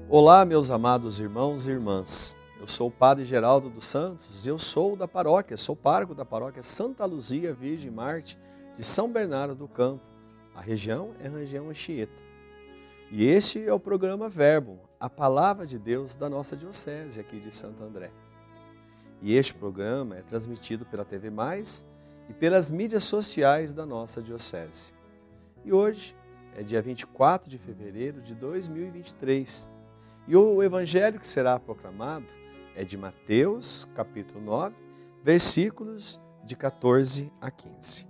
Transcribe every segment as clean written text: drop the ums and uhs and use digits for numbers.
Olá, meus amados irmãos e irmãs. Eu sou o Padre Geraldo dos Santos e eu sou pároco da paróquia Santa Luzia Virgem Marte de São Bernardo do Campo. A região é a região Anchieta. E este é o programa Verbo, a palavra de Deus da nossa diocese aqui de Santo André. E este programa é transmitido pela TV Mais e pelas mídias sociais da nossa diocese. E hoje é dia 24 de fevereiro de 2023. E o evangelho que será proclamado é de Mateus, capítulo 9, versículos de 14 a 15.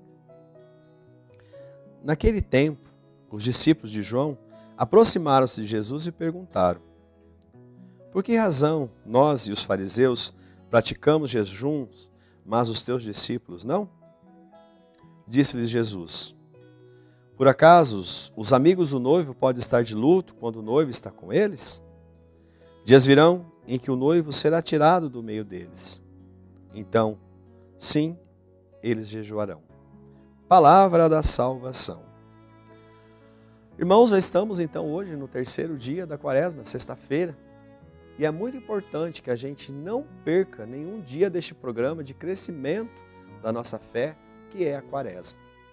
Naquele tempo, os discípulos de João aproximaram-se de Jesus e perguntaram: por que razão nós e os fariseus praticamos jejuns, mas os teus discípulos não? Disse-lhes Jesus: por acaso os amigos do noivo podem estar de luto quando o noivo está com eles? Dias virão em que o noivo será tirado do meio deles. Então, sim, eles jejuarão. Palavra da salvação. Irmãos, já estamos então hoje no terceiro dia da Quaresma, sexta-feira, e é muito importante que a gente não perca nenhum dia deste programa de crescimento da nossa fé, que é a Quaresma.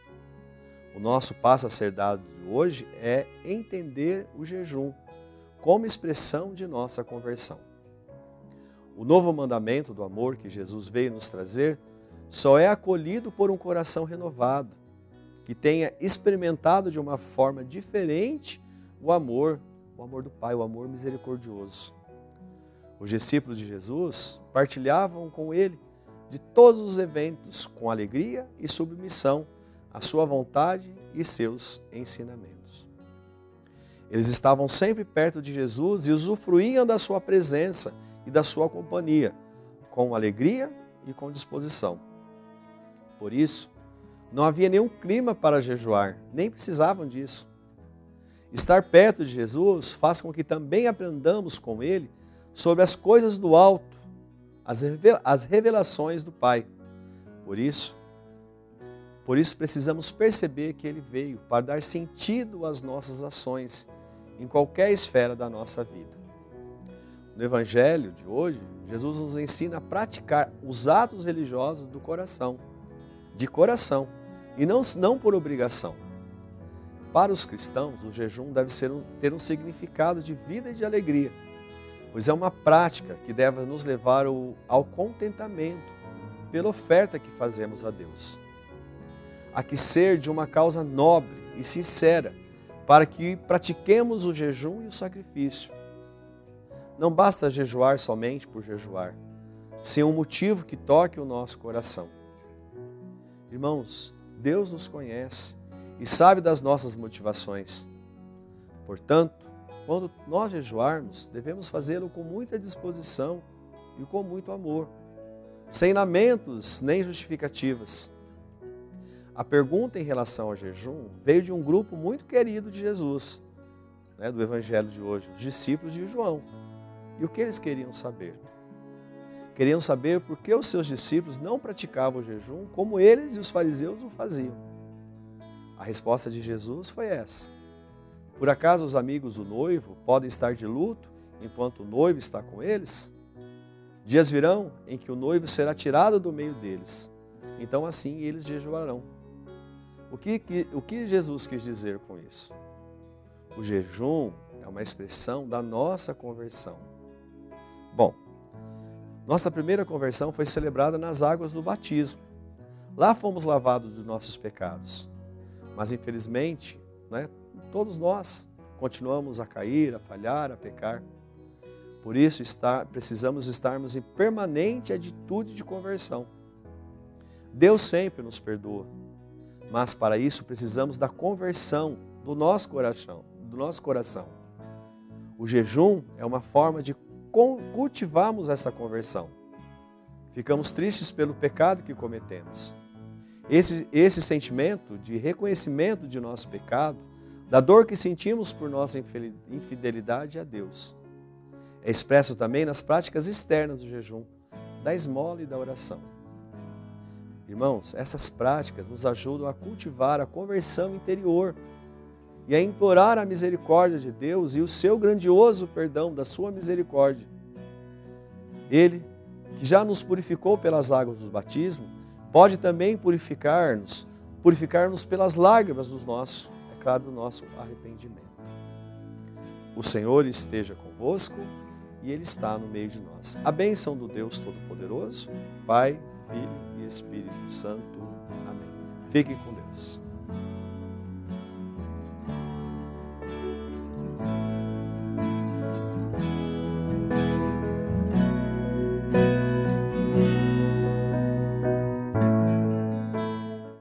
O nosso passo a ser dado hoje é entender o jejum como expressão de nossa conversão. O novo mandamento do amor que Jesus veio nos trazer só é acolhido por um coração renovado, que tenha experimentado de uma forma diferente o amor do Pai, o amor misericordioso. Os discípulos de Jesus partilhavam com ele de todos os eventos com alegria e submissão à sua vontade e seus ensinamentos. Eles estavam sempre perto de Jesus e usufruíam da sua presença e da sua companhia, com alegria e com disposição. Por isso, não havia nenhum clima para jejuar, nem precisavam disso. Estar perto de Jesus faz com que também aprendamos com Ele sobre as coisas do alto, as revelações do Pai. Por isso precisamos perceber que Ele veio para dar sentido às nossas ações em qualquer esfera da nossa vida. No Evangelho de hoje, Jesus nos ensina a praticar os atos religiosos do coração, de coração, e não por obrigação. Para os cristãos, o jejum deve ter um significado de vida e de alegria, pois é uma prática que deve nos levar ao contentamento pela oferta que fazemos a Deus. Há que ser de uma causa nobre e sincera para que pratiquemos o jejum e o sacrifício. Não basta jejuar somente por jejuar, sem um motivo que toque o nosso coração. Irmãos, Deus nos conhece e sabe das nossas motivações. Portanto, quando nós jejuarmos, devemos fazê-lo com muita disposição e com muito amor, sem lamentos nem justificativas. A pergunta em relação ao jejum veio de um grupo muito querido de Jesus, do Evangelho de hoje, os discípulos de João. E o que eles queriam saber? Queriam saber por que os seus discípulos não praticavam o jejum como eles e os fariseus o faziam. A resposta de Jesus foi essa: por acaso os amigos do noivo podem estar de luto enquanto o noivo está com eles? Dias virão em que o noivo será tirado do meio deles. Então assim eles jejuarão. O que Jesus quis dizer com isso? O jejum é uma expressão da nossa conversão. Bom, nossa primeira conversão foi celebrada nas águas do batismo. Lá fomos lavados dos nossos pecados. Mas infelizmente, todos nós continuamos a cair, a falhar, a pecar. Por isso precisamos estarmos em permanente atitude de conversão. Deus sempre nos perdoa. Mas para isso precisamos da conversão do nosso coração. O jejum é uma forma de cultivarmos essa conversão. Ficamos tristes pelo pecado que cometemos. Esse sentimento de reconhecimento de nosso pecado, da dor que sentimos por nossa infidelidade a Deus, é expresso também nas práticas externas do jejum, da esmola e da oração. Irmãos, essas práticas nos ajudam a cultivar a conversão interior e a implorar a misericórdia de Deus e o seu grandioso perdão da sua misericórdia. Ele, que já nos purificou pelas águas do batismo, pode também purificar-nos pelas lágrimas do nosso arrependimento. O Senhor esteja convosco e Ele está no meio de nós. A bênção do Deus Todo-Poderoso, Pai, Filho e Espírito Santo. Amém. Fiquem com Deus.